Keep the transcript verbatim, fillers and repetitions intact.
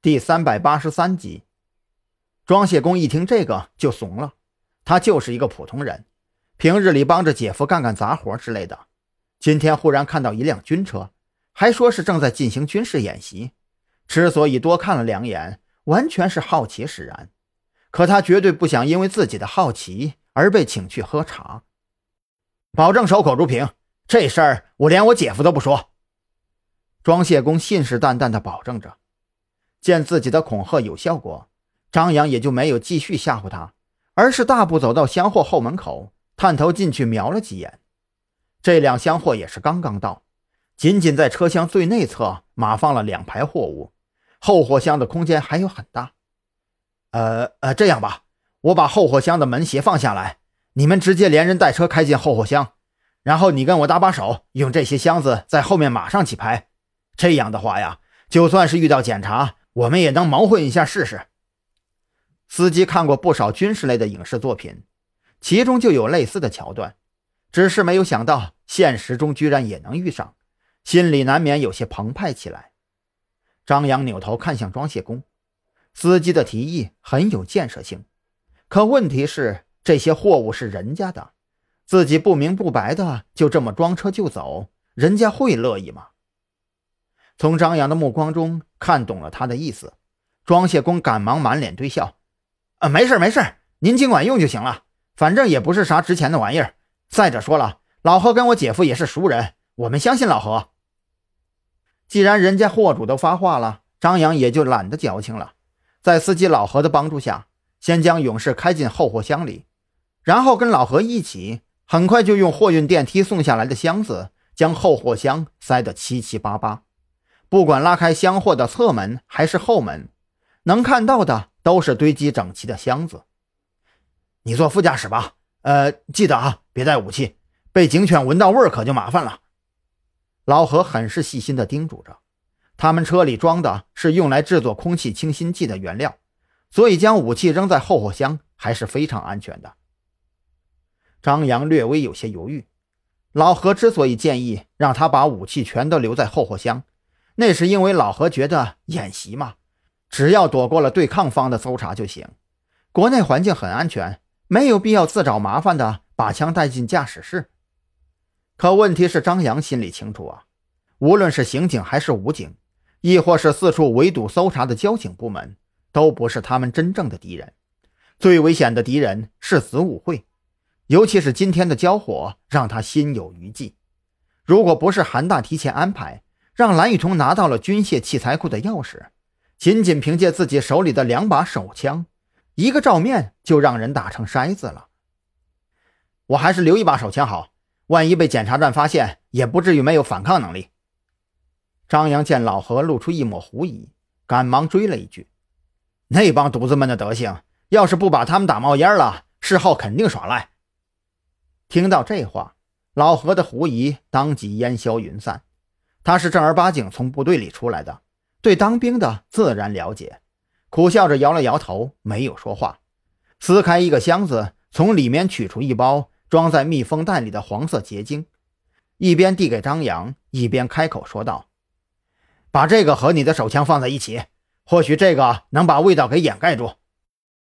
第三百八十三集。庄谢公一听这个就怂了，他就是一个普通人，平日里帮着姐夫干干杂活之类的，今天忽然看到一辆军车，还说是正在进行军事演习，之所以多看了两眼，完全是好奇使然。可他绝对不想因为自己的好奇而被请去喝茶。保证守口如瓶，这事儿我连我姐夫都不说。庄谢公信誓旦旦地保证着。见自己的恐吓有效果，张扬也就没有继续吓唬他，而是大步走到厢货后门口，探头进去瞄了几眼。这辆厢货也是刚刚到，仅仅在车厢最内侧码放了两排货物，后货箱的空间还有很大。呃呃，这样吧，我把后货箱的门斜放下来，你们直接连人带车开进后货箱，然后你跟我搭把手，用这些箱子在后面码上几排。这样的话呀，就算是遇到检查，我们也能谋混一下试试。司机看过不少军事类的影视作品，其中就有类似的桥段，只是没有想到现实中居然也能遇上，心里难免有些澎湃起来。张扬扭头看向庄谢公，司机的提议很有建设性，可问题是这些货物是人家的，自己不明不白的就这么装车就走，人家会乐意吗？从张扬的目光中看懂了他的意思，庄谢公赶忙满脸堆笑：啊，没事没事，您尽管用就行了，反正也不是啥值钱的玩意儿。再者说了，老何跟我姐夫也是熟人，我们相信老何。既然人家货主都发话了，张扬也就懒得矫情了，在司机老何的帮助下，先将勇士开进后货箱里，然后跟老何一起，很快就用货运电梯送下来的箱子将后货箱塞得七七八八。不管拉开箱货的侧门还是后门，能看到的都是堆积整齐的箱子。你坐副驾驶吧，呃，记得啊，别带武器，被警犬闻到味儿可就麻烦了。老何很是细心地叮嘱着，他们车里装的是用来制作空气清新剂的原料，所以将武器扔在后货箱还是非常安全的。张扬略微有些犹豫，老何之所以建议让他把武器全都留在后货箱，那是因为老何觉得演习嘛，只要躲过了对抗方的搜查就行，国内环境很安全，没有必要自找麻烦的把枪带进驾驶室。可问题是张扬心里清楚啊，无论是刑警还是武警，亦或是四处围堵搜查的交警部门，都不是他们真正的敌人。最危险的敌人是子午会，尤其是今天的交火让他心有余悸。如果不是韩大提前安排，让蓝雨桐拿到了军械器材库的钥匙，仅仅凭借自己手里的两把手枪，一个照面就让人打成筛子了。我还是留一把手枪好，万一被检查站发现，也不至于没有反抗能力。张扬见老何露出一抹狐疑，赶忙追了一句：那帮犊子们的德行，要是不把他们打冒烟了，事后肯定耍赖。听到这话，老何的狐疑当即烟消云散。他是正儿八经从部队里出来的，对当兵的自然了解，苦笑着摇了摇头，没有说话。撕开一个箱子，从里面取出一包装在密封袋里的黄色结晶，一边递给张扬，一边开口说道：把这个和你的手枪放在一起，或许这个能把味道给掩盖住。